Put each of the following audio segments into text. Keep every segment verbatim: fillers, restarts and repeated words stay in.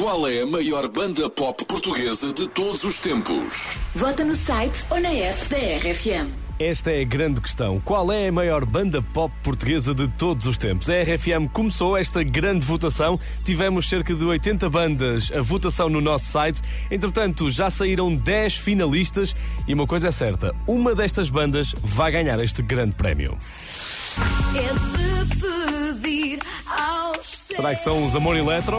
Qual é a maior banda pop portuguesa de todos os tempos? Vota no site ou na app da R F M. Esta é a grande questão. Qual é a maior banda pop portuguesa de todos os tempos? A R F M começou esta grande votação. Tivemos cerca de oitenta bandas a votação no nosso site. Entretanto, já saíram dez finalistas e uma coisa é certa, uma destas bandas vai ganhar este grande prémio. É de pedir aos Será que são os Amor Eletro?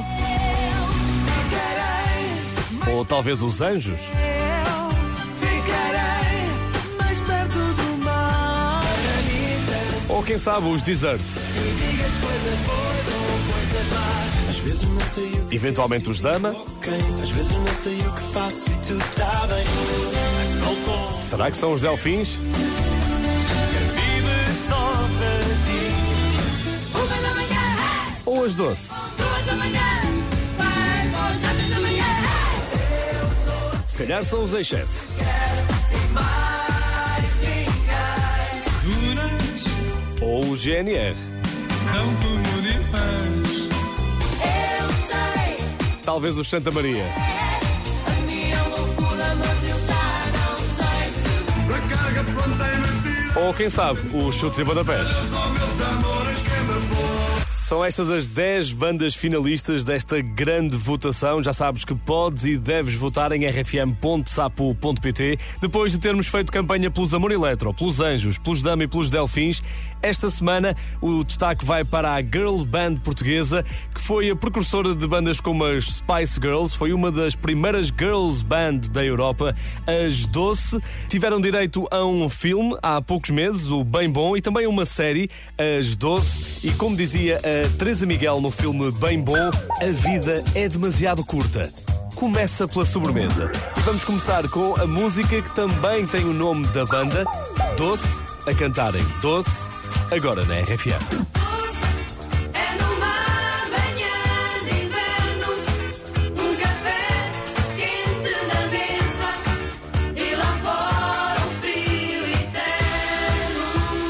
Ou talvez os Anjos? Ou quem sabe os Desert? Eventualmente os Dama? Será que são os Delfins? Ou as Doce? Se calhar são os Excesso. Ou o G N R. São comunidades. Eu sei. Talvez os Santa Maria. A minha loucura, mas eu já não sei se. Da carga plantei mentira. Ou quem sabe, os Chutes e Badapés. Só meus amores que me pôr. São estas as dez bandas finalistas desta grande votação. Já sabes que podes e deves votar em r f m ponto sapo ponto p t. Depois de termos feito campanha pelos Amor Eletro, pelos Anjos, pelos Dama e pelos Delfins, esta semana o destaque vai para a Girl Band portuguesa, que foi a precursora de bandas como as Spice Girls, foi uma das primeiras girls band da Europa. As Doce tiveram direito a um filme há poucos meses, o Bem Bom, e também uma série, As Doce, e como dizia a Teresa Miguel no filme Bem Bom, a vida é demasiado curta. Começa pela sobremesa. E vamos começar com a música que também tem o nome da banda, Doce, a cantarem Doce, agora na R F M. É numa manhã de inverno, um café quente na mesa e lá fora um frio eterno.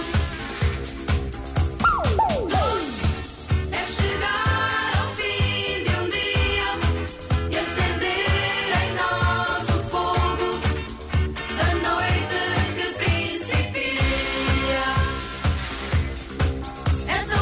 Doce é chegar ao fim de um dia e acender em nós o fogo da noite que principia. É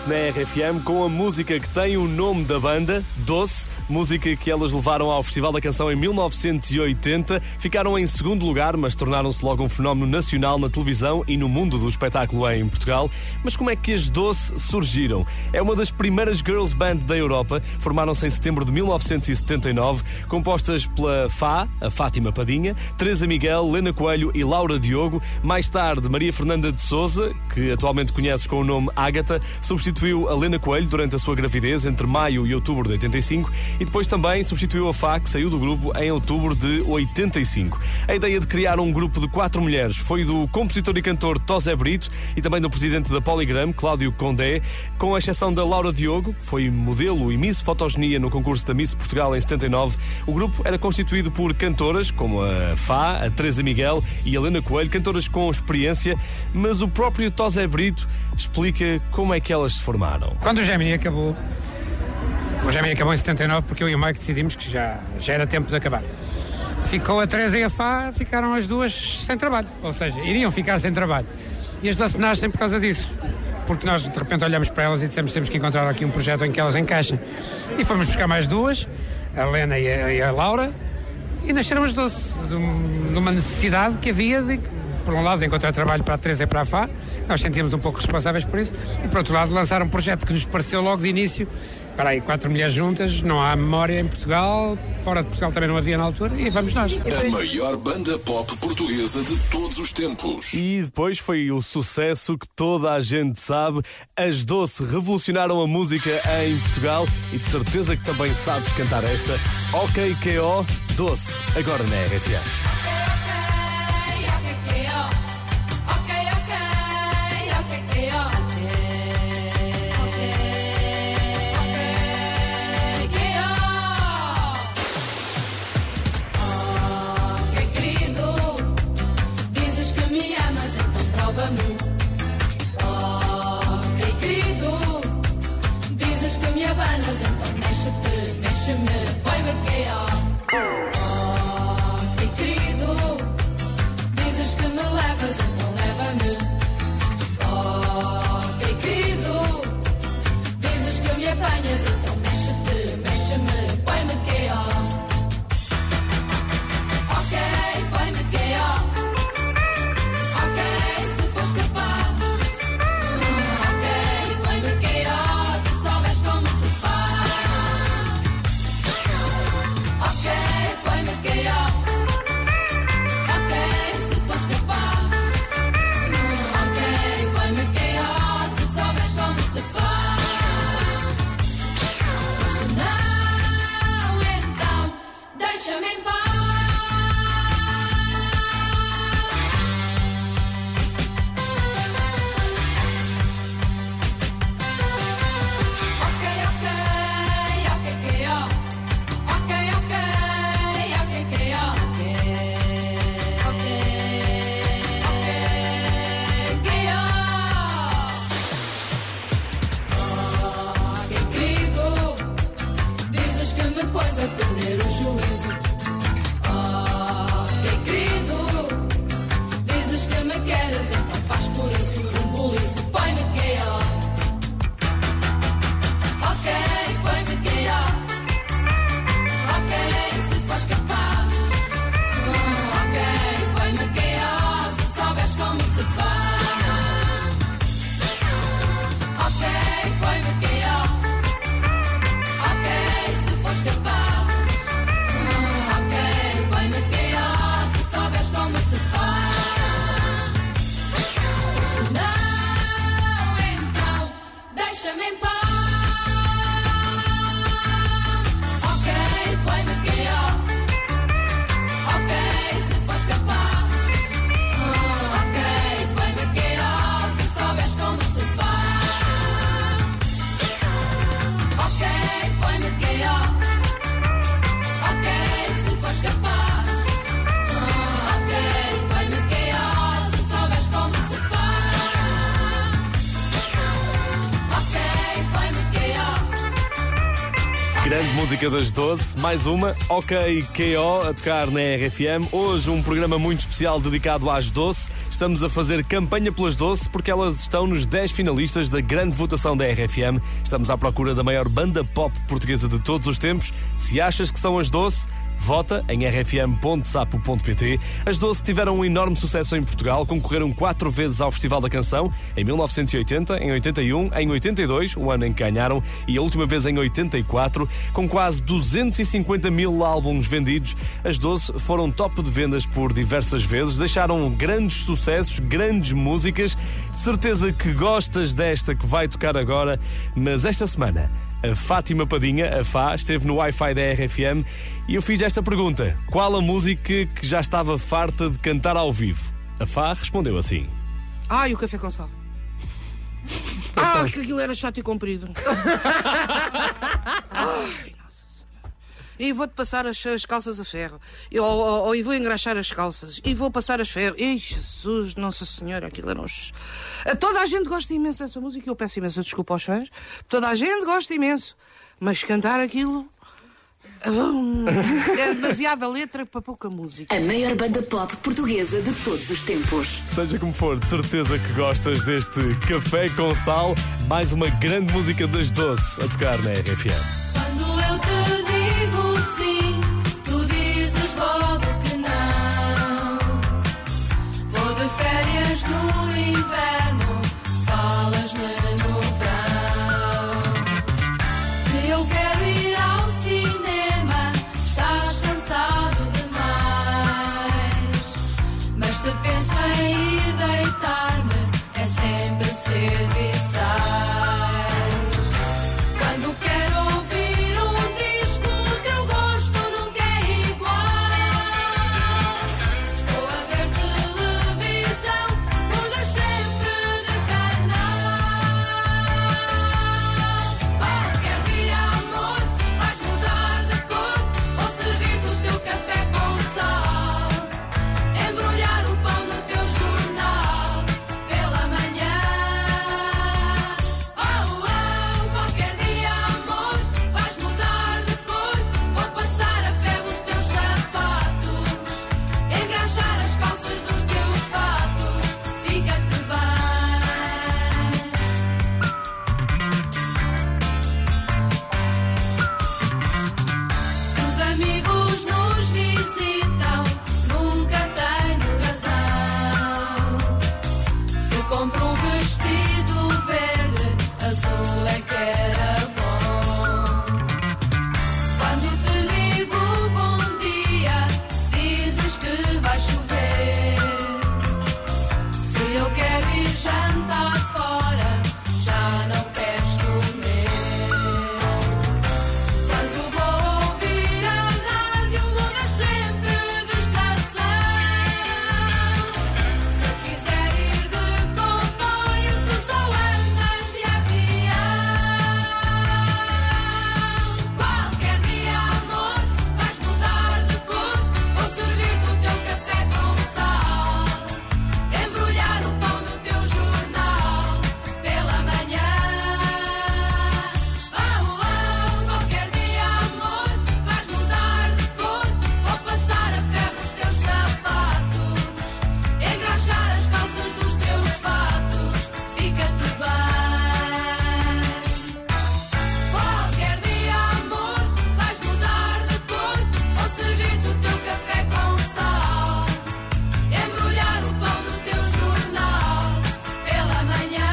Doce na R F M com a música que tem o nome da banda, Doce, música que elas levaram ao Festival da Canção em mil novecentos e oitenta. Ficaram em segundo lugar, mas tornaram-se logo um fenómeno nacional na televisão e no mundo do espetáculo em Portugal. Mas como é que as Doce surgiram? É uma das primeiras girls band da Europa, formaram-se em setembro de mil novecentos e setenta e nove, compostas pela Fá, a Fátima Padinha, Teresa Miguel, Lena Coelho e Laura Diogo. Mais tarde, Maria Fernanda de Sousa, que atualmente conheces com o nome Ágata, substituiu a Lena Coelho durante a sua gravidez entre maio e outubro de oitenta e cinco e depois também substituiu a Fá, que saiu do grupo em outubro de oitenta e cinco. A ideia de criar um grupo de quatro mulheres foi do compositor e cantor Tosé Brito e também do presidente da Polygram, Cláudio Condé, com a exceção da Laura Diogo, que foi modelo e Miss Fotogenia no concurso da Miss Portugal em setenta e nove. O grupo era constituído por cantoras como a Fá, a Teresa Miguel e a Lena Coelho, cantoras com experiência, mas o próprio Tosé Brito explica como é que elas se formaram. Quando o Gemini acabou, o Gemini acabou em setenta e nove porque eu e o Mike decidimos que já, já era tempo de acabar. Ficou a Teresa e a Fá, ficaram as duas sem trabalho, ou seja, iriam ficar sem trabalho. E as Doce nascem por causa disso, porque nós de repente olhamos para elas e dissemos que temos que encontrar aqui um projeto em que elas encaixem. E fomos buscar mais duas, a Lena e a, e a Laura, e nasceram as Doce, de, um, de uma necessidade que havia de, por um lado, de encontrar trabalho para a Teresa e para a Fá, nós sentíamos um pouco responsáveis por isso, e por outro lado, lançar um projeto que nos pareceu logo de início, para aí, quatro mulheres juntas, não há memória em Portugal, fora de Portugal também não havia na altura, e vamos nós. A maior banda pop portuguesa de todos os tempos. E depois foi o sucesso que toda a gente sabe. As Doce revolucionaram a música em Portugal e de certeza que também sabes cantar esta. Ok K O Doce, agora na R F M. Então mexe-te, mexe-me, põe-me aqui, ó. Oh, que querido, dizes que me levas, então leva-me. Oh, que querido, dizes que me apanhas, então mexe-te, mexe-me, põe-me aqui, ó. Ok, põe-me aqui, ó. Ok, se fores capaz. Ok, põe-me aqui, ó, se souberes como se faz. Ok, põe-me aqui, ó. Ok, se fores capaz. Ok, põe-me aqui, ó, se souberes como se faz. Grande música das doze, mais uma, OK K O, a tocar na R F M. Hoje um programa muito especial dedicado às doze. Estamos a fazer campanha pelas doze porque elas estão nos dez finalistas da grande votação da R F M. Estamos à procura da maior banda pop portuguesa de todos os tempos. Se achas que são as doze, vota em r f m ponto sapo ponto p t. As doze tiveram um enorme sucesso em Portugal, concorreram quatro vezes ao Festival da Canção, em mil novecentos e oitenta, em oitenta e um, em oitenta e dois, o ano em que ganharam, e a última vez em oitenta e quatro, com quase duzentos e cinquenta mil álbuns vendidos. As doze foram top de vendas por diversas vezes, deixaram grandes sucessos, grandes músicas. Certeza que gostas desta que vai tocar agora, mas esta semana a Fátima Padinha, a Fá, esteve no Wi-Fi da R F M e eu fiz esta pergunta: qual a música que já estava farta de cantar ao vivo? A Fá respondeu assim: Ai, o Café com Sal. Ah, que aquilo era chato e comprido. Ai, nossa senhora. E vou-te passar as, as calças a ferro. E, ou, ou, ou, e vou engraxar as calças. E vou passar as ferro. Ei, Jesus, Nossa Senhora, aquilo era uns... Toda a gente gosta imenso dessa música. Eu peço imensa desculpa aos fãs. Toda a gente gosta imenso. Mas cantar aquilo... é demasiada letra para pouca música. A maior banda pop portuguesa de todos os tempos. Seja como for, de certeza que gostas deste Café com Sal, mais uma grande música das doze a tocar na R F M. Quando eu te digo sim, tu dizes logo que não. Vou de férias no inverno, falas-me no verão. Se eu quero ir ao cinema, estás cansado demais. Mas se penso em ir deitar-me, é sempre cedo e sais. Quando quero ouvir um disco, o teu gosto nunca é igual. Estou a ver televisão, mudas sempre de canal. Qualquer dia, amor, vais mudar de cor. Vou servir-te o teu café com sal, embrulhar o pão no teu jornal pela manhã. Oh, oh, qualquer dia, amor, vais mudar de cor. Vou passar a ferro os teus sapatos, engraxar as calças dos teus fatos. Fica-te bem. Se os amigos nos visitam, nunca tenho razão. Se compro um vestido verde, azul é que era bom. Quando te digo bom dia, dizes que vai chover. Se eu quero ir jantar fora, já não queres comer. Quando vou ouvir a rádio, mudas sempre de estação. Se quiser ir de comboio, tu só andas de avião. Qualquer dia, amor, vais mudar de cor. Vou servir-te o teu café com sal, embrulhar o pão no teu jornal pela manhã. Oh, oh, qualquer dia, amor, vais mudar de cor. Vou passar a ferro os teus sapatos, engraxar as calças dos teus fatos. Fica-te bem. Qualquer dia, amor, vais mudar de cor. Vou servir-te o teu café com sal, embrulhar o pão no teu jornal pela manhã.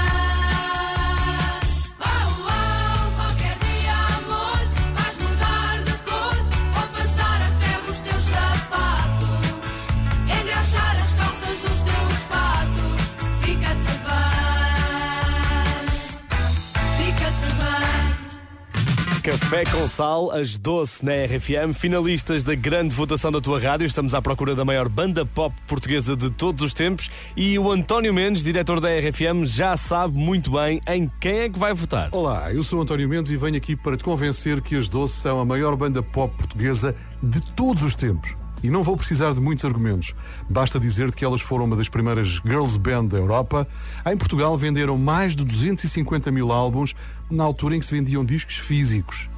Oh, oh, qualquer dia, amor, vais mudar de cor. Vou passar a ferro os teus sapatos, engraxar as calças dos teus fatos. Fica-te bem. Fica-te bem. Café com Sal, as doze na R F M, finalistas da grande votação da tua rádio. Estamos à procura da maior banda pop portuguesa de todos os tempos e o António Mendes, diretor da R F M, já sabe muito bem em quem é que vai votar. Olá, eu sou António Mendes e venho aqui para te convencer que as doze são a maior banda pop portuguesa de todos os tempos. E não vou precisar de muitos argumentos. Basta dizer-te que elas foram uma das primeiras girls band da Europa. Em Portugal venderam mais de duzentos e cinquenta mil álbuns na altura em que se vendiam discos físicos.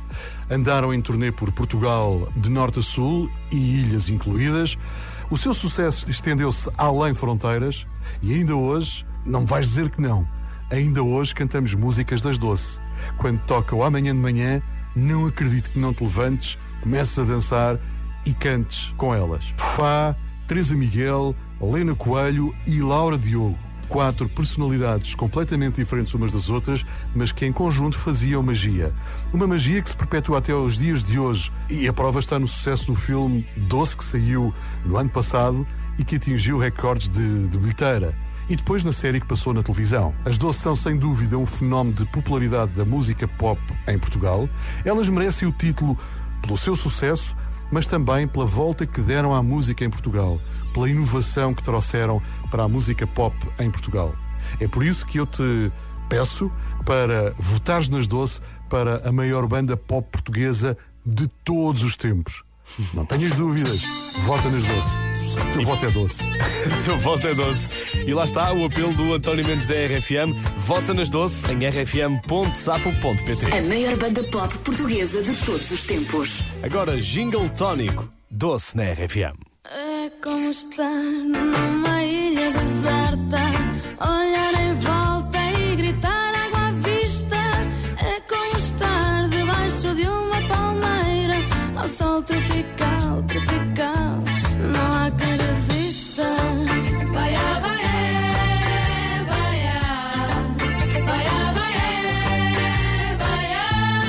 Andaram em turnê por Portugal de norte a sul e ilhas incluídas. O seu sucesso estendeu-se além fronteiras e ainda hoje, não me vais dizer que não, ainda hoje cantamos músicas das Doce. Quando toca o Amanhã de Manhã, não acredito que não te levantes, comeces a dançar e cantes com elas. Fá, Teresa Miguel, Lena Coelho e Laura Diogo. Quatro personalidades completamente diferentes umas das outras, mas que em conjunto faziam magia. Uma magia que se perpetua até aos dias de hoje. E a prova está no sucesso do filme Doce, que saiu no ano passado e que atingiu recordes de, de bilheteira. E depois na série que passou na televisão. As Doce são sem dúvida um fenómeno de popularidade da música pop em Portugal. Elas merecem o título pelo seu sucesso, mas também pela volta que deram à música em Portugal, pela inovação que trouxeram para a música pop em Portugal. É por isso que eu te peço para votares nas Doce para a maior banda pop portuguesa de todos os tempos. Não tenhas dúvidas, vota nas Doce. O teu voto é doce. O teu voto é doce. E lá está o apelo do António Mendes da R F M. Vota nas Doce em r f m ponto sapo ponto p t. A maior banda pop portuguesa de todos os tempos. Agora, Jingle Tónico, Doce na R F M. É como estar numa ilha deserta, olhar em volta e gritar água à vista. É como estar debaixo de uma palmeira, ao sol tropical, tropical, não há quem resista. Baia, baia, baia, baia, baia, baia.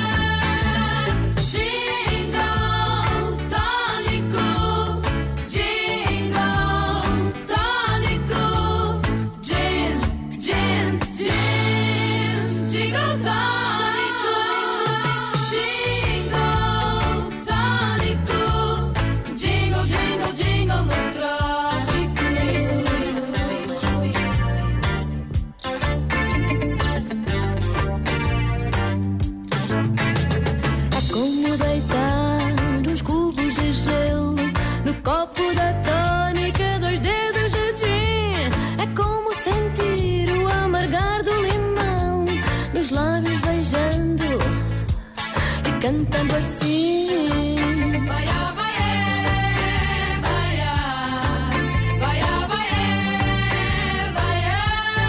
Jingle tónico, jingle tónico, gin, gin, gin, jingle tónico, jingle tónico, jingle, jingle, jingle no trópico. É como deitar uns cubos de gelo no copo da tônica, dois dedos de gin. É como sentir o amargar do limão nos lábios beijando e cantando assim. Baia, baia, baia, baia, baia, baia.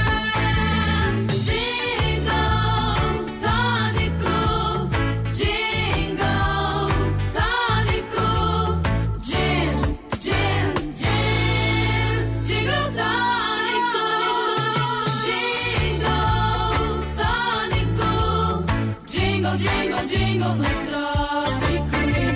Jingle tónico, jingle tónico, gin, gin, gin, jingle tónico, jingle tónico, jingle, jingle, jingle no trópico.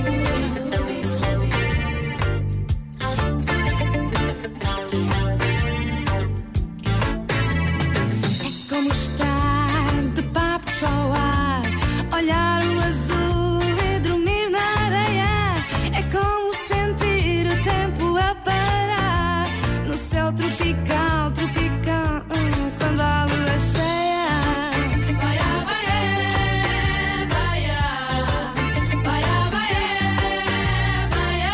É como estar de papo para o ar, olhar o azul e dormir na areia. É como sentir o tempo a parar no céu tropical, tropical, hum, quando a lua cheia. Baia, baia, baia, baia, baia, baia.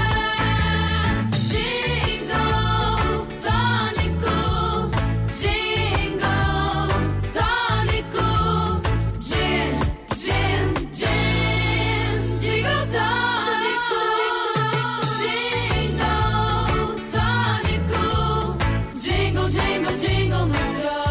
Jingle tónico, jingle tónico, gin, gin, gin, jingle tónico, jingle tónico, jingle, jingle, jingle no trópico.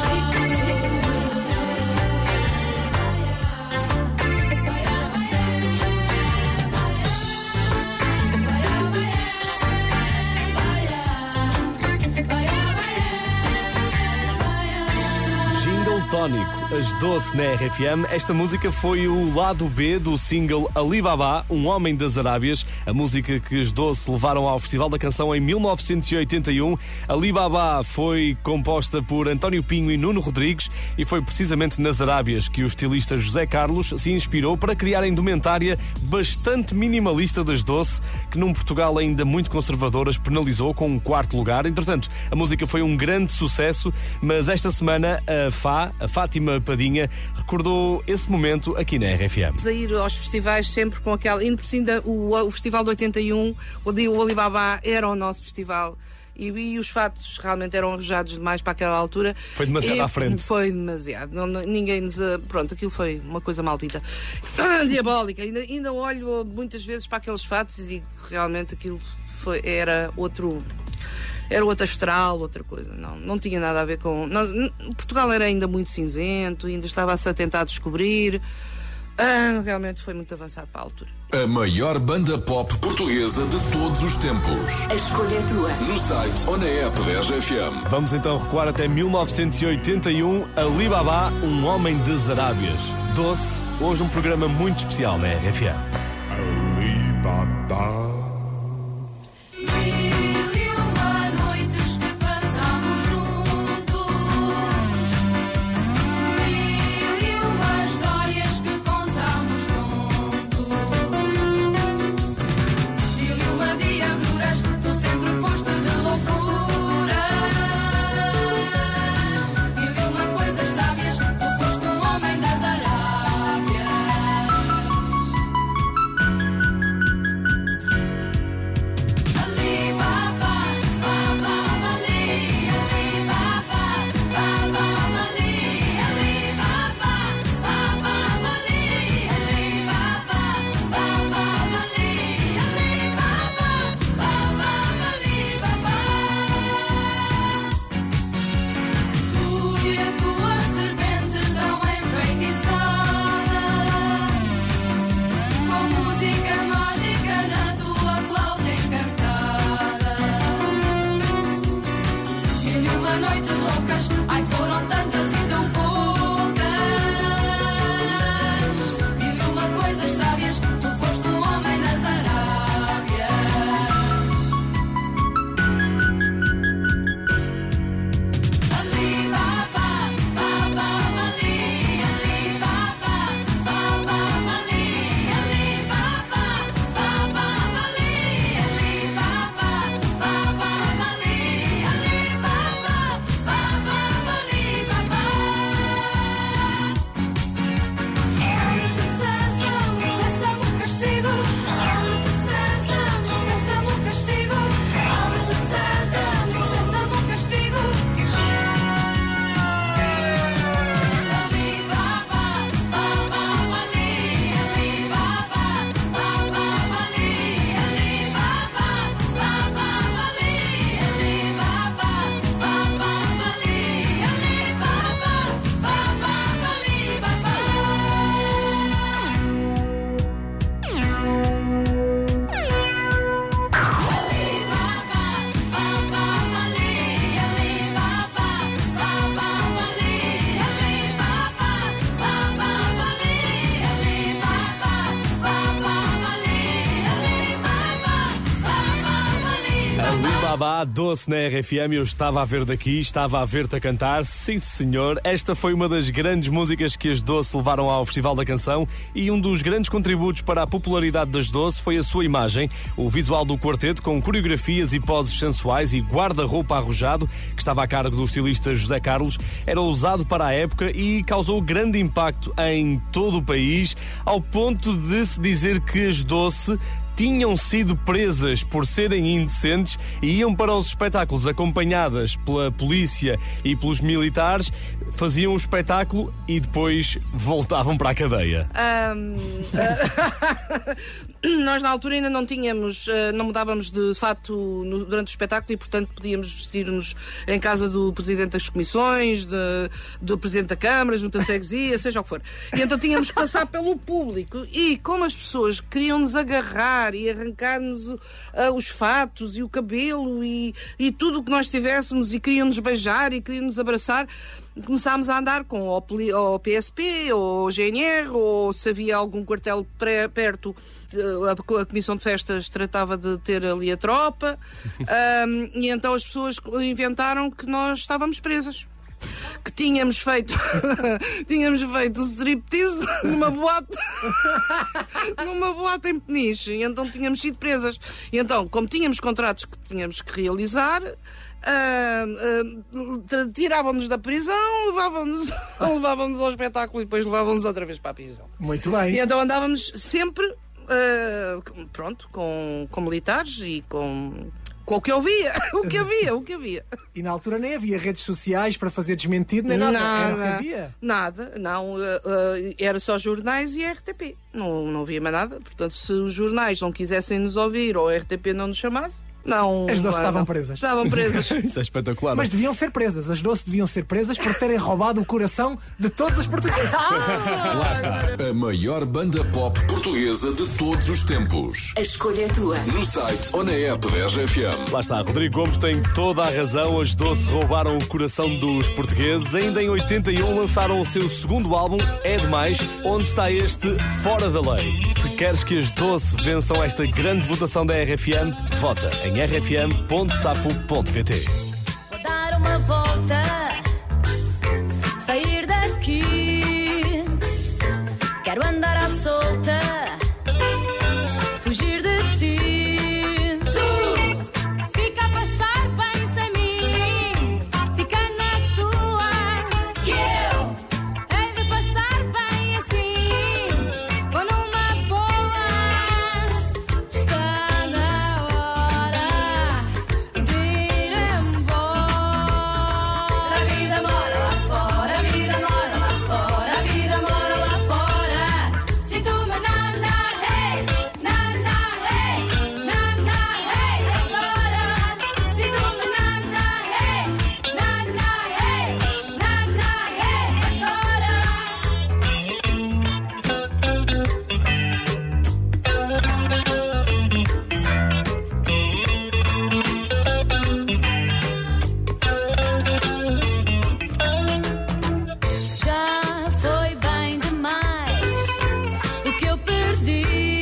Jingle Tónico, as Doce na R F M. Esta música foi o lado B do single Alibaba, Um Homem das Arábias, a música que as Doce levaram ao Festival da Canção em mil novecentos e oitenta e um. Alibaba foi composta por António Pinho e Nuno Rodrigues e foi precisamente nas Arábias que o estilista José Carlos se inspirou para criar a indumentária bastante minimalista das Doce, que num Portugal ainda muito conservador as penalizou com um quarto lugar. Entretanto, a música foi um grande sucesso, mas esta semana a Fá, a Fátima Padinha, recordou esse momento aqui na R F M. A ir aos festivais sempre com aquela. Indo por cima, da- o, o festival de oitenta e um, o, o Alibaba era o nosso festival. E, e os fatos realmente eram arrojados demais para aquela altura. Foi demasiado e, à frente. Foi demasiado. Não, não, ninguém nos. Pronto, aquilo foi uma coisa maldita. Diabólica. Ainda, ainda olho muitas vezes para aqueles fatos e digo que realmente aquilo foi, era outro. Era outro astral, outra coisa. Não, não tinha nada a ver com. Nós, Portugal era ainda muito cinzento, ainda estava-se a tentar descobrir. Ah, realmente foi muito avançado para a altura. A maior banda pop portuguesa de todos os tempos. A escolha é tua. No site ou na app da R J F M. Vamos então recuar até mil novecentos e oitenta e um. Alibaba, um homem das Arábias. Doce, hoje um programa muito especial na R F M. Alibaba. Alibaba, doce na R F M. Eu estava a ver daqui, estava a ver-te a cantar. Sim, senhor. Esta foi uma das grandes músicas que as Doce levaram ao Festival da Canção e um dos grandes contributos para a popularidade das Doce foi a sua imagem. O visual do quarteto, com coreografias e poses sensuais e guarda-roupa arrojado, que estava a cargo do estilista José Carlos, era usado para a época e causou grande impacto em todo o país, ao ponto de se dizer que as Doce tinham sido presas por serem indecentes e iam para os espetáculos acompanhadas pela polícia e pelos militares, faziam o espetáculo e depois voltavam para a cadeia. Um, uh, nós na altura ainda não tínhamos, uh, não mudávamos de fato no, durante o espetáculo e portanto podíamos vestir-nos em casa do Presidente das Comissões, de, do Presidente da Câmara, Junta de Freguesia, seja o que for. E então tínhamos que passar pelo público e como as pessoas queriam nos agarrar e arrancar-nos uh, os fatos e o cabelo e, e tudo o que nós tivéssemos e queriam-nos beijar e queriam-nos abraçar, começámos a andar com o P S P ou o G N R ou se havia algum quartel pré, perto, a, a Comissão de Festas tratava de ter ali a tropa um, e então as pessoas inventaram que nós estávamos presas, que tínhamos feito tínhamos feito um striptease numa boate numa boate em Peniche e então tínhamos sido presas e então como tínhamos contratos que tínhamos que realizar, uh, uh, tiravam-nos da prisão, levavam-nos levavam-nos ao espetáculo e depois levavam-nos outra vez para a prisão. Muito bem. E então andávamos sempre uh, pronto, com, com militares e com Com o que eu via, o que havia, o que havia. E na altura nem havia redes sociais para fazer desmentido, nem nada. Era o que havia. Nada, não. Uh, uh, era só jornais e R T P. Não, não havia mais nada. Portanto, se os jornais não quisessem nos ouvir ou a R T P não nos chamasse, não. As doces não, estavam não. presas. Estavam presas. Isso é espetacular. Mas deviam ser presas. As doces deviam ser presas por terem roubado o coração de todos os portugueses. A maior banda pop portuguesa de todos os tempos. A escolha é tua. No site ou na app da R F M. Lá está, Rodrigo Gomes tem toda a razão. As Doce roubaram o coração dos portugueses. Ainda em oitenta e um lançaram o seu segundo álbum, É Demais, onde está este Fora da Lei. Se queres que as Doce vençam esta grande votação da R F M, vota em r f m ponto sapo ponto p t. Vou dar uma volta, sair daqui. Quero andar à solta, fugir de ti. Tu fica a passar bem sem mim, fica na tua, que eu hei de passar bem assim. Vou numa boa, está na hora de ir embora. A vida mora lá fora, a vida mora lá fora, a vida mora lá fora. Sinto-me na na hey, na na hey, na na hey agora. Sinto-me na na hey, na na hey, na na hey agora. Já foi bem demais o que eu perdi.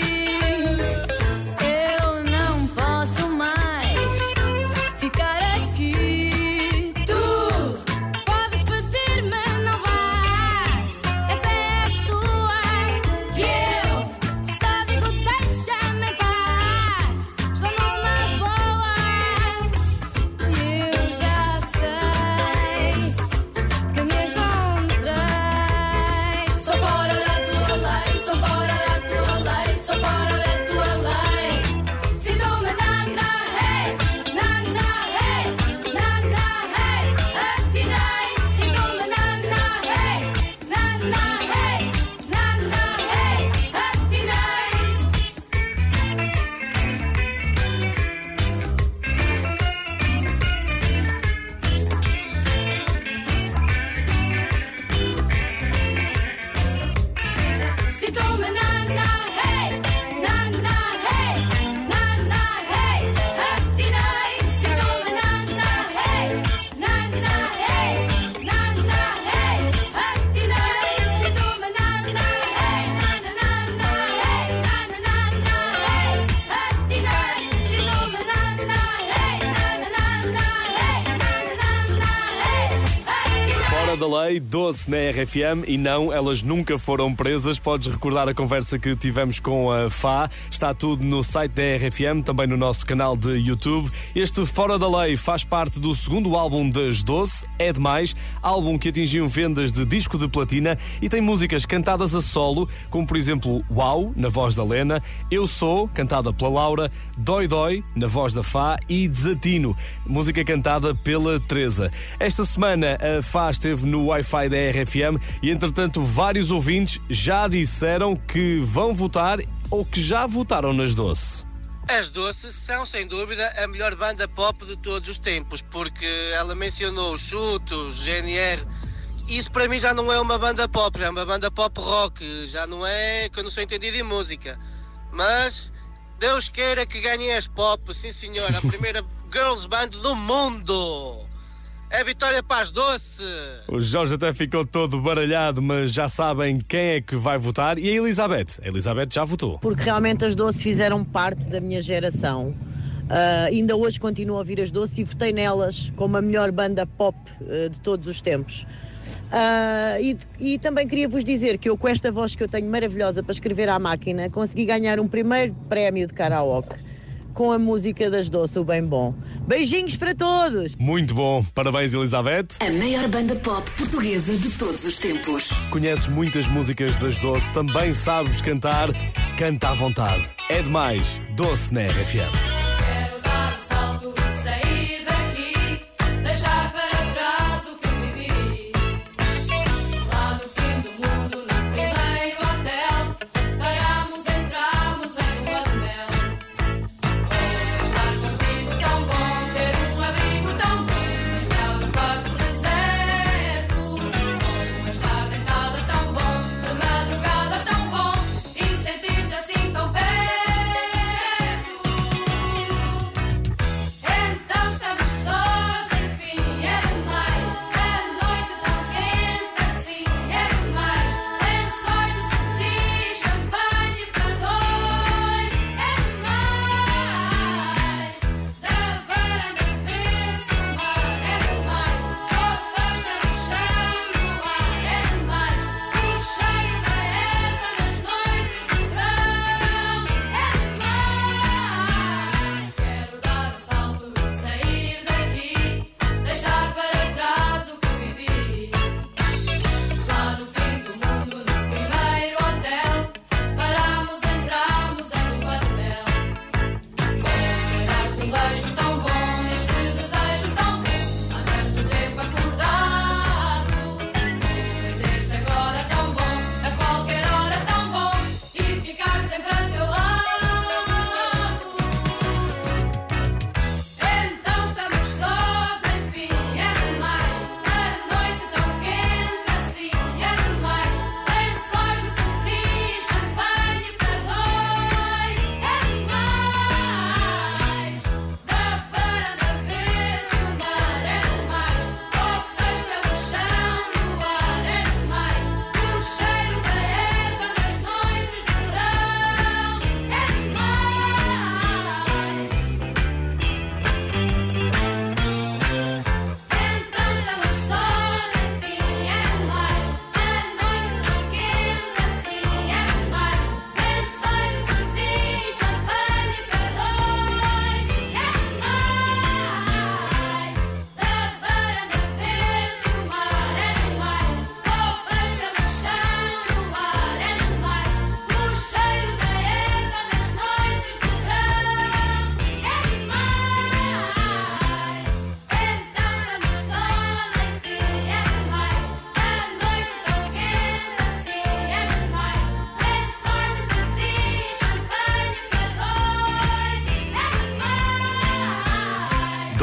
Eu não posso mais ficar aqui. Tu podes pedir-me, não vais. Essa é a tua. Que eu só digo deixa-me em paz. Estou numa boa. Eu já sei que me encontrei. Sou fora da tua lei, sou fora da tua lei, sou fora da tua lei. Sinto-me na na hey, na na hey, na na hey, atirei. Sinto-me na na hey, na na hey, na na hey, atirei. Sinto-me na na hey, na na hey, na na hey, atirei. Sinto-me na na hey, na na hey, na na hey, atirei. Sinto-me na na hey, na na na na hey, na na na na hey, atirei. Sinto-me na na hey, na na na na hey, na na na na hey, atirei. Fora da Lei, Doce na R F M. E não, elas nunca foram presas. Podes recordar a conversa que tivemos com a F A. Está tudo no site da R F M, também no nosso canal de YouTube. Este Fora da Lei faz parte do segundo álbum das Doce, É Demais, álbum que atingiu vendas de disco de platina e tem músicas cantadas a solo, como por exemplo Uau, na voz da Lena, Eu Sou, cantada pela Laura, Dói Dói, na voz da F A e Desatino, música cantada pela Teresa. Esta semana a F A esteve no Wi-Fi da R F M e entretanto vários ouvintes já disseram que vão votar ou que já votaram nas Doce. As Doce são, sem dúvida, a melhor banda pop de todos os tempos, porque ela mencionou os Chutos, G N R. Isso para mim já não é uma banda pop, já é uma banda pop rock, já não é que eu não sou entendido em música. Mas Deus queira que ganhem as pop, sim senhor, a primeira girls band do mundo. É vitória para as Doce. O Jorge até ficou todo baralhado, mas já sabem quem é que vai votar. E a Elizabeth? A Elizabeth já votou. Porque realmente as Doce fizeram parte da minha geração. Uh, ainda hoje continuo a ouvir as Doce e votei nelas como a melhor banda pop uh, de todos os tempos. Uh, e, e também queria vos dizer que eu, com esta voz que eu tenho maravilhosa para escrever à máquina, consegui ganhar um primeiro prémio de karaoke com a música das Doce, o Bem Bom. Beijinhos para todos! Muito bom, parabéns Elizabeth. A maior banda pop portuguesa de todos os tempos. Conheces muitas músicas das Doce, também sabes cantar, canta à vontade. É demais, Doce na R F M. Quero dar um salto.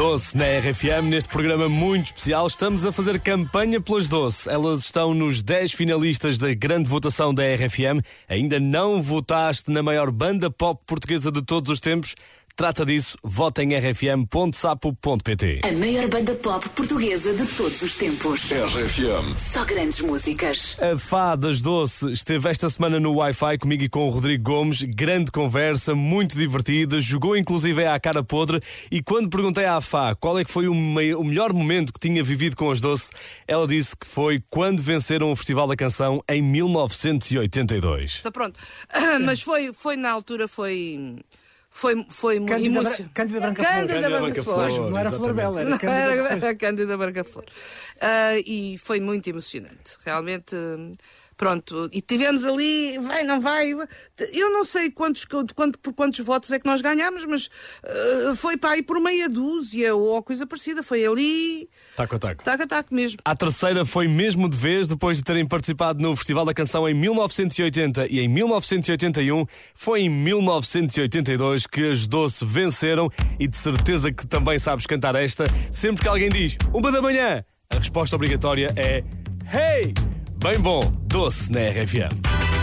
Doce na R F M, neste programa muito especial, estamos a fazer campanha pelas Doce. Elas estão nos dez finalistas da grande votação da R F M. Ainda não votaste na maior banda pop portuguesa de todos os tempos? Trata disso, vota em r f m ponto sapo ponto p t. A maior banda pop portuguesa de todos os tempos. R F M. Só grandes músicas. A Fá das Doce esteve esta semana no Wi-Fi comigo e com o Rodrigo Gomes. Grande conversa, muito divertida, jogou inclusive à cara podre. E quando perguntei à Fá qual é que foi o, me- o melhor momento que tinha vivido com as Doce, ela disse que foi quando venceram o Festival da Canção em mil novecentos e oitenta e dois. Está pronto. Mas foi, foi na altura, foi... Foi, foi muito Cândida, emocionante. Bra- Cândida Branca Flor. Cândida Cândida Branca Branca Flor. Flor. Não era Flor Bela, era Não, Cândida. era a Cândida Branca Flor. Ah, e foi muito emocionante. Realmente, hum, pronto. E tivemos ali, vai, não vai. Eu não sei quantos, quanto, por quantos votos é que nós ganhámos, mas ah, foi para aí por meia dúzia ou coisa parecida. Foi ali, Taco a taco. taco a taco mesmo. A terceira foi mesmo de vez, depois de terem participado no Festival da Canção em mil novecentos e oitenta e em mil novecentos e oitenta e um. Foi em mil novecentos e oitenta e dois que as Doce venceram e de certeza que também sabes cantar esta. Sempre que alguém diz uma da manhã, a resposta obrigatória é Hey! Bem bom, Doce na R F M.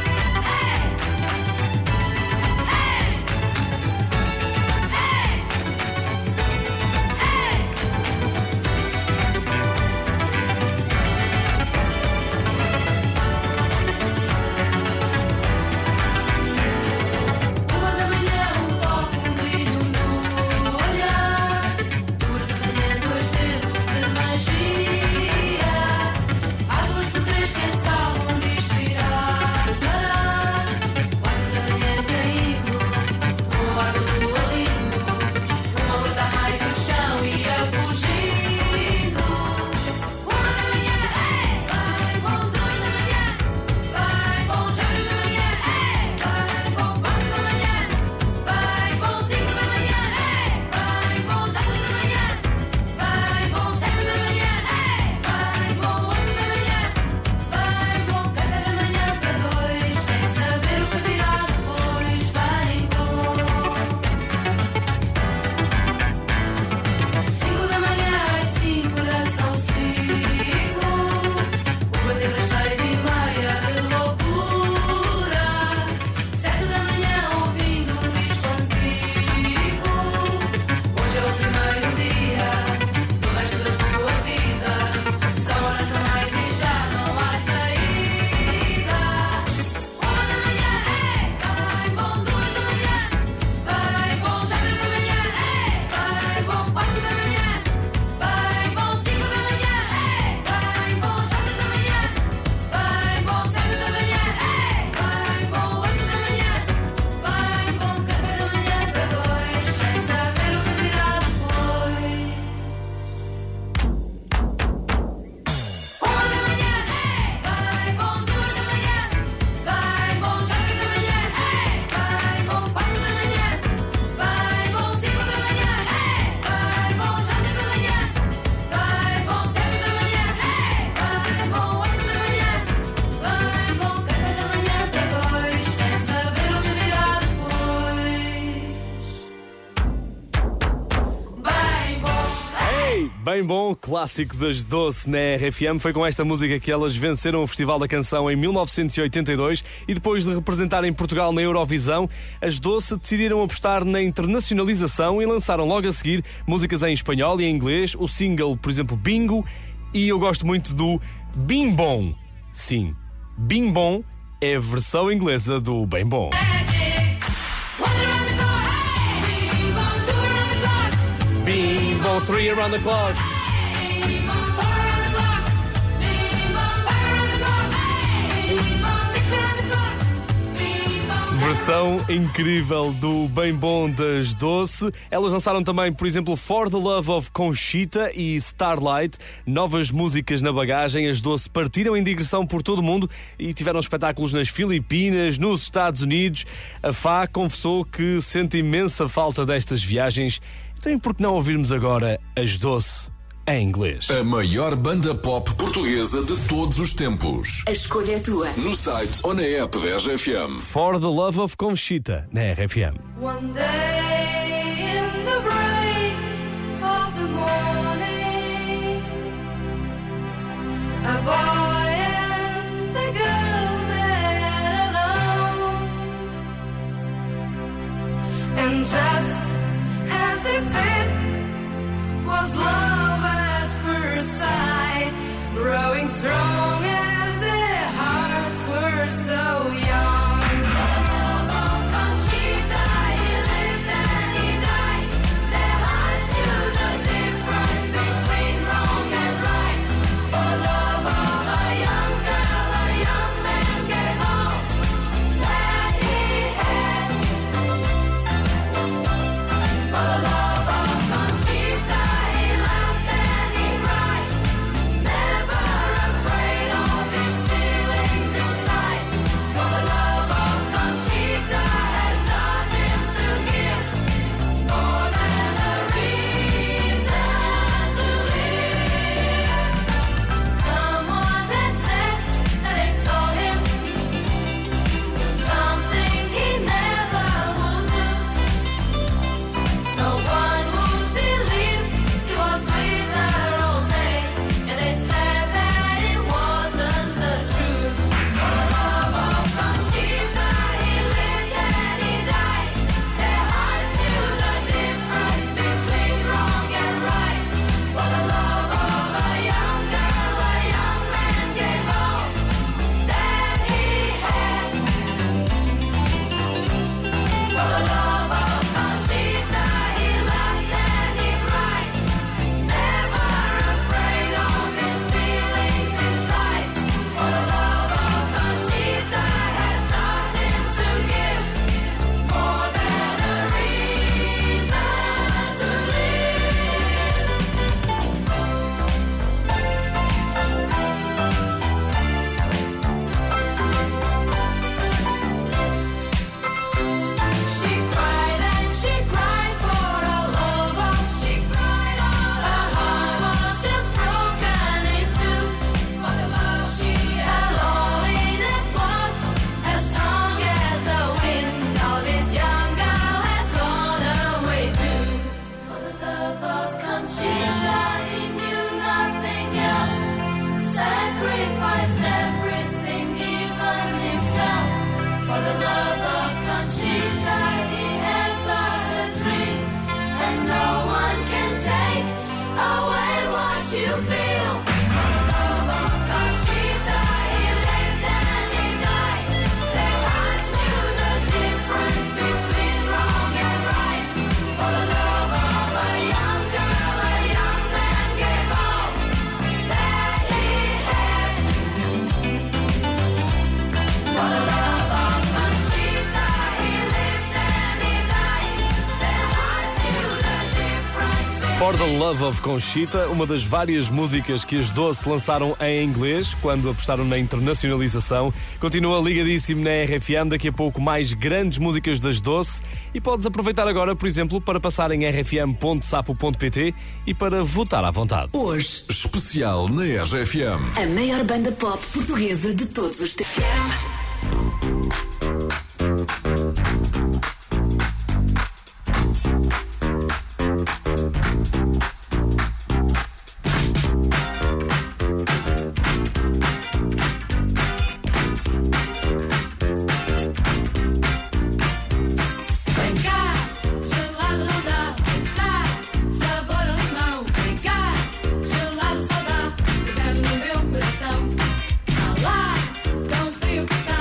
Uma da manhã, um copo, um brilho no olhar. Duas da manhã, dois dedos de magia. Às duas por três, quem sabe onde isto irá parar. Quatro da manhã, caído, um barco do lindo. Uma gota a mais no chão ia fugindo. Uma da manhã, bem bom. Duas da manhã, bem bom. Três da manhã, bem bom. Quatro da manhã, bem bom. Cinco da manhã, bem bom. Já seis da manhã, bem bom. Sete da manhã, bem bom. Oito da manhã, bem bom. Café da manhã para dois, sem saber o que virá depois. Bem bom. Cinco da manhã, ai sim, coração sigo. O bater das seis e meia de loucura. Sete da manhã, ouvindo um disco antigo. Hoje é o primeiro dia do resto da tua vida. São horas a mais e já não há saída. Uma da manhã, bem bom. Duas da manhã, bem bom. Já três da manhã, bem bom. Quatro da manhã, bem bom. Cinco da manhã, bem bom. Já seis da manhã, bem bom. Sete da manhã, bem bom. Oito da manhã, bem bom. Café da manhã para dois, sem saber o que virá depois. Uma da manhã, bem bom. Duas da manhã, bem bom. Já três da manhã, bem bom. Quatro da manhã, bem bom. Cinco da manhã, bem bom. Já seis da manhã, bem bom. Sete da manhã, bem bom. Oito da manhã, bem bom. Café da manhã para dois, sem saber o que virá depois. Bem bom. Hey, bem bom, clássico das Doce na R F M. Foi com esta música que elas venceram o Festival da Canção em mil novecentos e oitenta e dois e depois de representarem Portugal na Eurovisão, as Doce decidiram apostar na internacionalização e lançaram logo a seguir músicas em espanhol e em inglês, o single, por exemplo, Bingo, e eu gosto muito do Bim Bom. Sim, Bim Bom é a versão inglesa do Bem Bom. Bim Bom, three around the clock. Versão incrível do Bem Bom das Doce. Elas lançaram também, por exemplo, For the Love of Conchita e Starlight, novas músicas na bagagem. As Doce partiram em digressão por todo o mundo e tiveram espetáculos nas Filipinas, nos Estados Unidos. A Fá confessou que sente imensa falta destas viagens. Então, e por que não ouvirmos agora as Doce em inglês? A maior banda pop portuguesa de todos os tempos. A escolha é tua. No site ou na app da R F M. For the Love of Conchita, na R F M. One day in the break of the And just as if it was love at first sight, growing strong as their hearts were so young. For the love of Conchita, he lived and he died. Their hearts knew the difference between wrong and right. For the love of a young girl, a young man gave all that he had. For the love of Conchita, he laughed and he cried, never afraid of his feelings inside. For the love of Conchita had taught him to give more than a reason to live. Someone had said that they saw him do something he never would do. No one would believe he was with her all day, and they said that it wasn't the truth. For the love of Conchita, he lived and he died. Their hearts knew the difference between wrong and right. For the love of a young girl, a young man gave all that he had. For the love of Conchita, he laughed and he cried, never afraid of his feelings inside. For the love of Conchita had taught him to give more than a reason to live. She cried and she cried for a lover. She cried all her heart was just broken in two. For the love she had, loneliness was as strong as the wind. Now this young girl has gone away too. For the love of Conchita, he knew nothing else. Sacrificed everything, even himself. For the love of Conchita, he had but a dream, and no one can take away what you feel. For the love of Conchita, he lived and he died. Their hearts knew the difference between wrong and right. For the love of a young girl, a young man gave all that he had. For the love of Conchita, he lived and he died. Their hearts knew the difference between For the Love of Conchita, uma das várias músicas que as Doce lançaram em inglês quando apostaram na internacionalização. Continua ligadíssimo na R F M, daqui a pouco mais grandes músicas das Doce, e podes aproveitar agora, por exemplo, para passar em r f m ponto sapo ponto p t e para votar à vontade. Hoje, Especial na R F M. a maior banda pop portuguesa de todos os tempos. Vem cá, gelado não dá, dá sabor a limão. Vem cá, gelado só dá, inverno no meu coração. Tá lá, tão frio que está.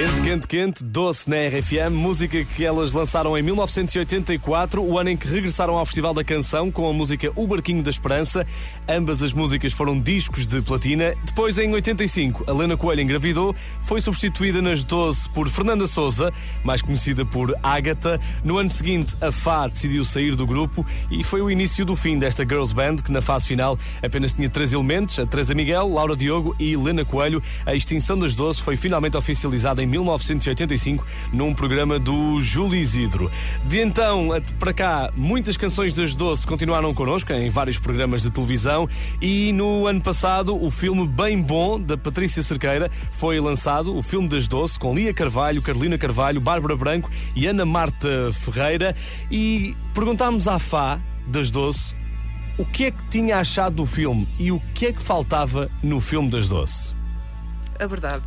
Quente, quente, quente, Doce na R F M, música que elas lançaram em mil novecentos e oitenta e quatro, o ano em que regressaram ao Festival da Canção com a música O Barquinho da Esperança. Ambas as músicas foram discos de platina. Depois, em oitenta e cinco, a Helena Coelho engravidou, foi substituída nas Doce por Fernanda Souza, mais conhecida por Ágata. No ano seguinte, a Fá decidiu sair do grupo e foi o início do fim desta girls band, que na fase final apenas tinha três elementos, a Teresa Miguel, Laura Diogo e Helena Coelho. A extinção das Doce foi finalmente oficializada em mil novecentos e oitenta e cinco num programa do Júlio Isidro. De então para cá, muitas canções das Doce continuaram connosco em vários programas de televisão e no ano passado o filme Bem Bom, da Patrícia Cerqueira, foi lançado, o filme das Doce, com Lia Carvalho, Carolina Carvalho, Bárbara Branco e Ana Marta Ferreira, e perguntámos à Fá das Doce o que é que tinha achado do filme e o que é que faltava no filme das Doce. A verdade.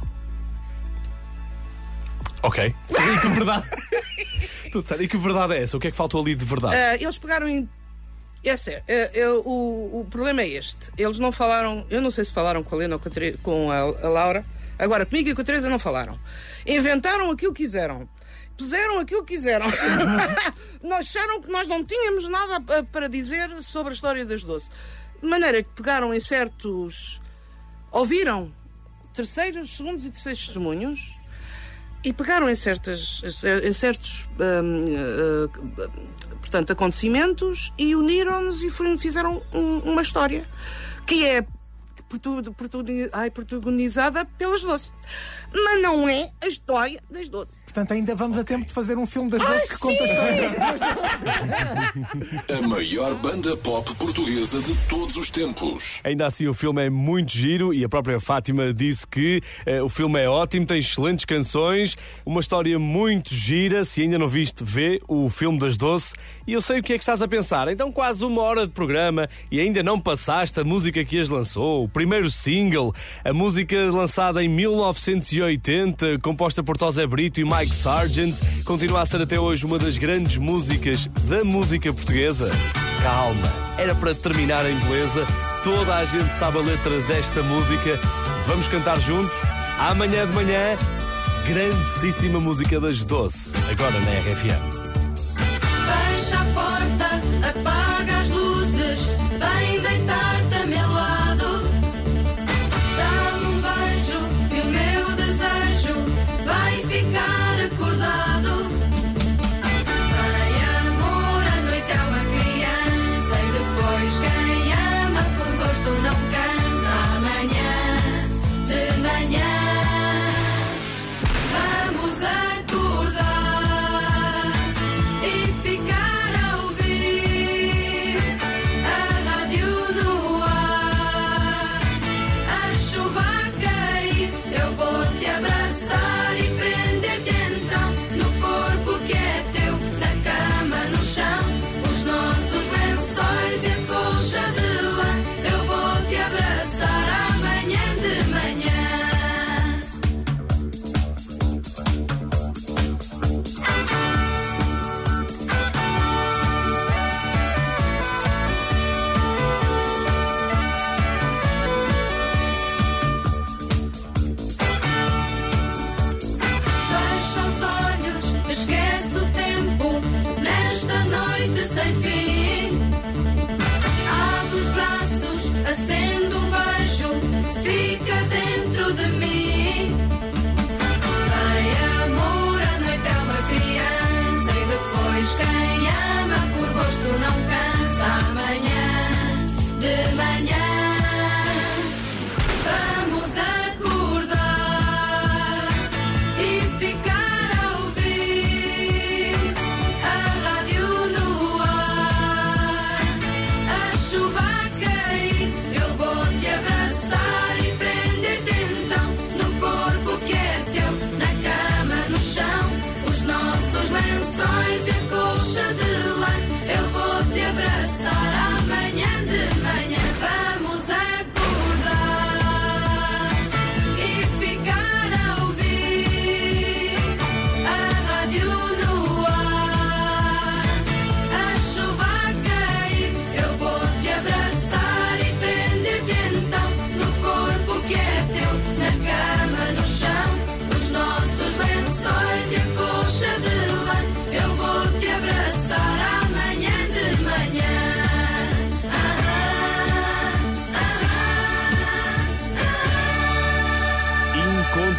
Ok. E que verdade? Tudo certo. E que verdade é essa? O que é que faltou ali de verdade? Uh, eles pegaram em. É sério. Uh, eu, o, o problema é este. Eles não falaram. Eu não sei se falaram com a Helena ou com a, Tre... com a, a Laura. Agora, comigo e com a Teresa não falaram. Inventaram aquilo que quiseram. Puseram aquilo que quiseram. Nós acharam que nós não tínhamos nada para dizer sobre a história das Doce. De maneira que pegaram em certos. Ouviram terceiros, segundos e terceiros testemunhos. E pegaram em, certas, em certos hum, uh, portanto, acontecimentos e uniram-nos e fizeram um, uma história que é protagonizada pelas Doce. Mas não é a história das Doce. Portanto, ainda vamos a tempo de fazer um filme das Doce que conta a história das Doce. A maior banda pop portuguesa de todos os tempos. Ainda assim, o filme é muito giro e a própria Fátima disse que eh, o filme é ótimo, tem excelentes canções, uma história muito gira. Se ainda não viste, vê o filme das Doce. E eu sei o que é que estás a pensar. Então, quase uma hora de programa e ainda não passaste a música que as lançou, o primeiro single, a música lançada em mil novecentos e oitenta, composta por Tosé Brito e Mike Sargent, continua a ser até hoje uma das grandes músicas da música portuguesa. Calma, era para terminar em beleza. Toda a gente sabe a letra desta música. Vamos cantar juntos? Amanhã de manhã, grandíssima música das Doce, agora na R F M. Fecha a porta, apaga as luzes, vem deitar-te a meu lado. Dá-me um beijo e o meu desejo vai ficar acordado. Vem amor, a noite é uma criança e depois quem ama por gosto não cansa. Amanhã de manhã vamos acordar e ficar a ouvir a rádio no ar. A chuva a cair, eu vou te abraçar e prender-te então no corpo que é teu, na cama, no chão, os nossos lençóis e a colcha de lã. Eu vou te abraçar amanhã de manhã. Sem fim, abre os braços, acende um beijo, fica dentro de mim. Vem amor, a noite é uma criança e depois quem ama por gosto não cansa. Amanhã de manhã vamos acordar e ficar a ouvir a rádio no chuva a cair, eu vou te abraçar e prender-te então no corpo que é teu, na cama, no chão, os nossos lençóis e a colcha de lã. Eu vou te abraçar amanhã de manhã.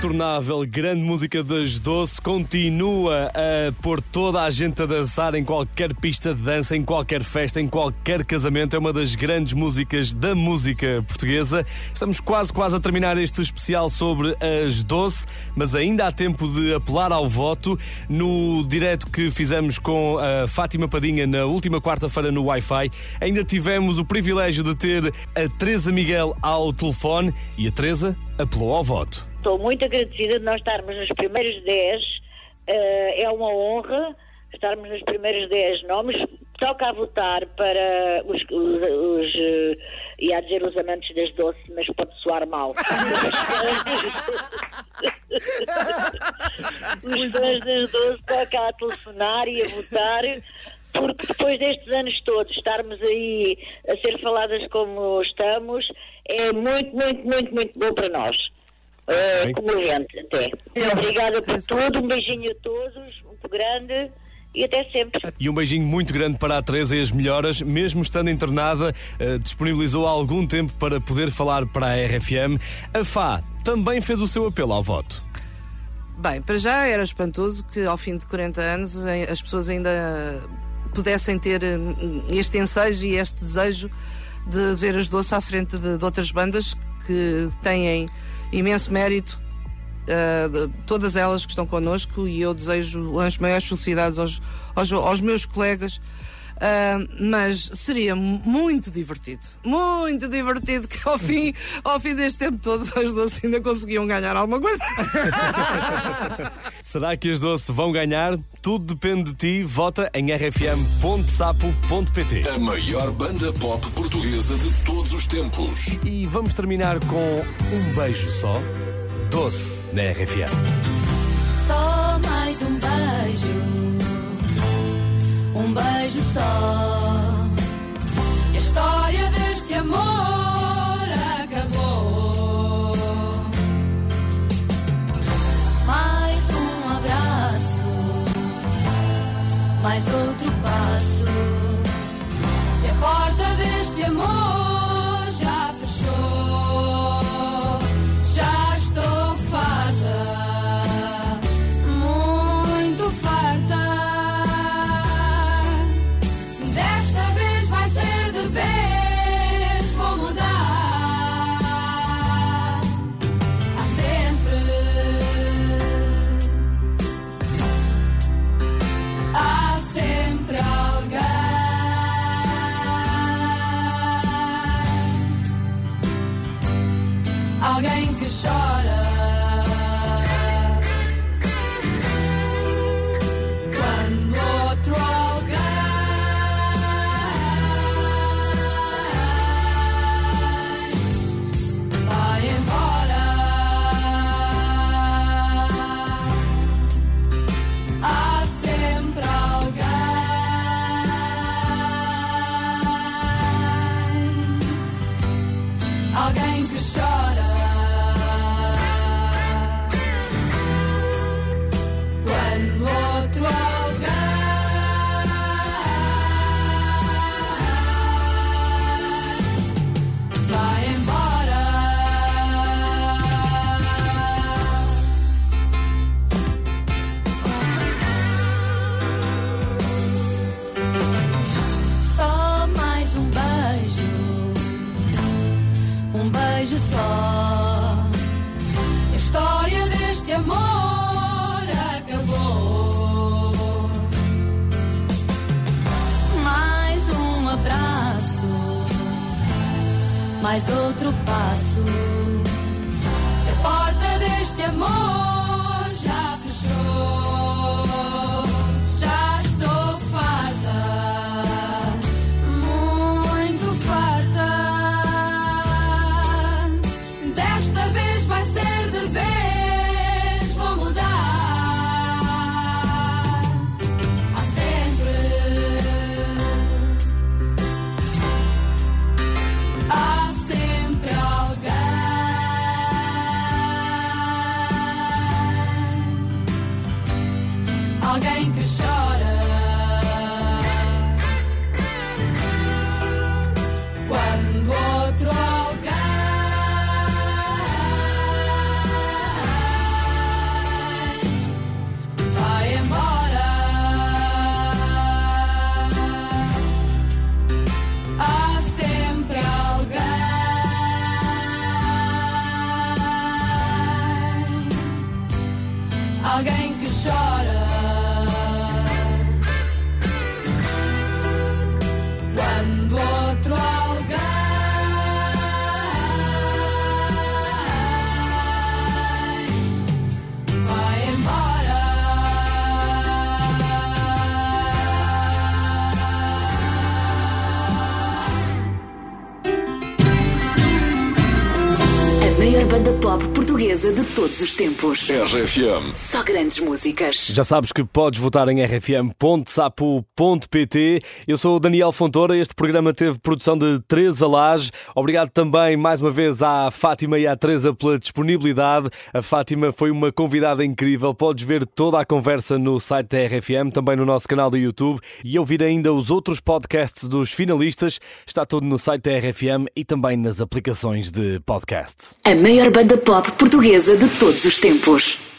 incontornável, grande música das Doce, continua a pôr toda a gente a dançar em qualquer pista de dança, em qualquer festa, em qualquer casamento. É uma das grandes músicas da música portuguesa. Estamos quase, quase a terminar este especial sobre as Doce, mas ainda há tempo de apelar ao voto. No direto que fizemos com a Fátima Padinha na última quarta-feira no Wi-Fi, ainda tivemos o privilégio de ter a Teresa Miguel ao telefone e a Teresa apelou ao voto. Estou muito agradecida de nós estarmos nos primeiros dez, uh, é uma honra estarmos nos primeiros dez nomes. Toca a votar para os, os, os uh, ia dizer os amantes das Doce, mas pode soar mal. Os fãs das Doce toca a telefonar e a votar, porque depois destes anos todos estarmos aí a ser faladas como estamos, é muito, muito, muito, muito bom para nós. Uh, comovente até. Obrigada por tudo, um beijinho a todos, muito grande e até sempre. E um beijinho muito grande para a Teresa e as melhoras, mesmo estando internada, uh, disponibilizou algum tempo para poder falar para a R F M. A F A também fez o seu apelo ao voto. Bem, para já era espantoso que ao fim de quarenta anos as pessoas ainda pudessem ter este ensejo e este desejo de ver as Doce à frente de, de outras bandas que têm imenso mérito, uh, de, todas elas que estão connosco, e eu desejo as maiores felicidades aos, aos, aos meus colegas. Uh, mas seria muito divertido, muito divertido que ao fim, ao fim deste tempo todo as Doce ainda conseguiam ganhar alguma coisa. Será que as Doce vão ganhar? Tudo depende de ti. Vota em r f m ponto sapo ponto p t. A maior banda pop portuguesa de todos os tempos. E vamos terminar com um beijo só. Doce na R F M. Só mais um beijo, um beijo só. E a história deste amor acabou. Mais um abraço, mais outro passo, e a porta deste amor já fechou. Já estou farta, muito farta. Desta vez vai ser de vez, vou mudar. Há sempre, há sempre alguém, alguém que chora quando outro alguém vai embora. Há sempre alguém, alguém que chora quando outro alguém vai embora. Só mais um beijo, um beijo só. A história deste amor acabou. Mais um abraço, mais outro passo, e a porta deste amor já fechou. Já estou farta, muito farta. Desta vez vai ser de vez, vou mudar. Há sempre, há sempre alguém, alguém que chora quando outro alguém vai embora. A maior banda pop portuguesa de todos os tempos. R F M. Só grandes músicas. Já sabes que podes votar em r f m ponto sapo ponto p t. Eu sou o Daniel Fontoura. Este programa teve produção de Teresa Lage. Obrigado também mais uma vez à Fátima e à Teresa pela disponibilidade. A Fátima foi uma convidada incrível. Podes ver toda a conversa no site da R F M, também no nosso canal do YouTube, e ouvir ainda os outros podcasts dos finalistas. Está tudo no site da R F M e também nas aplicações de podcast. A maior banda pop portuguesa de todos os tempos.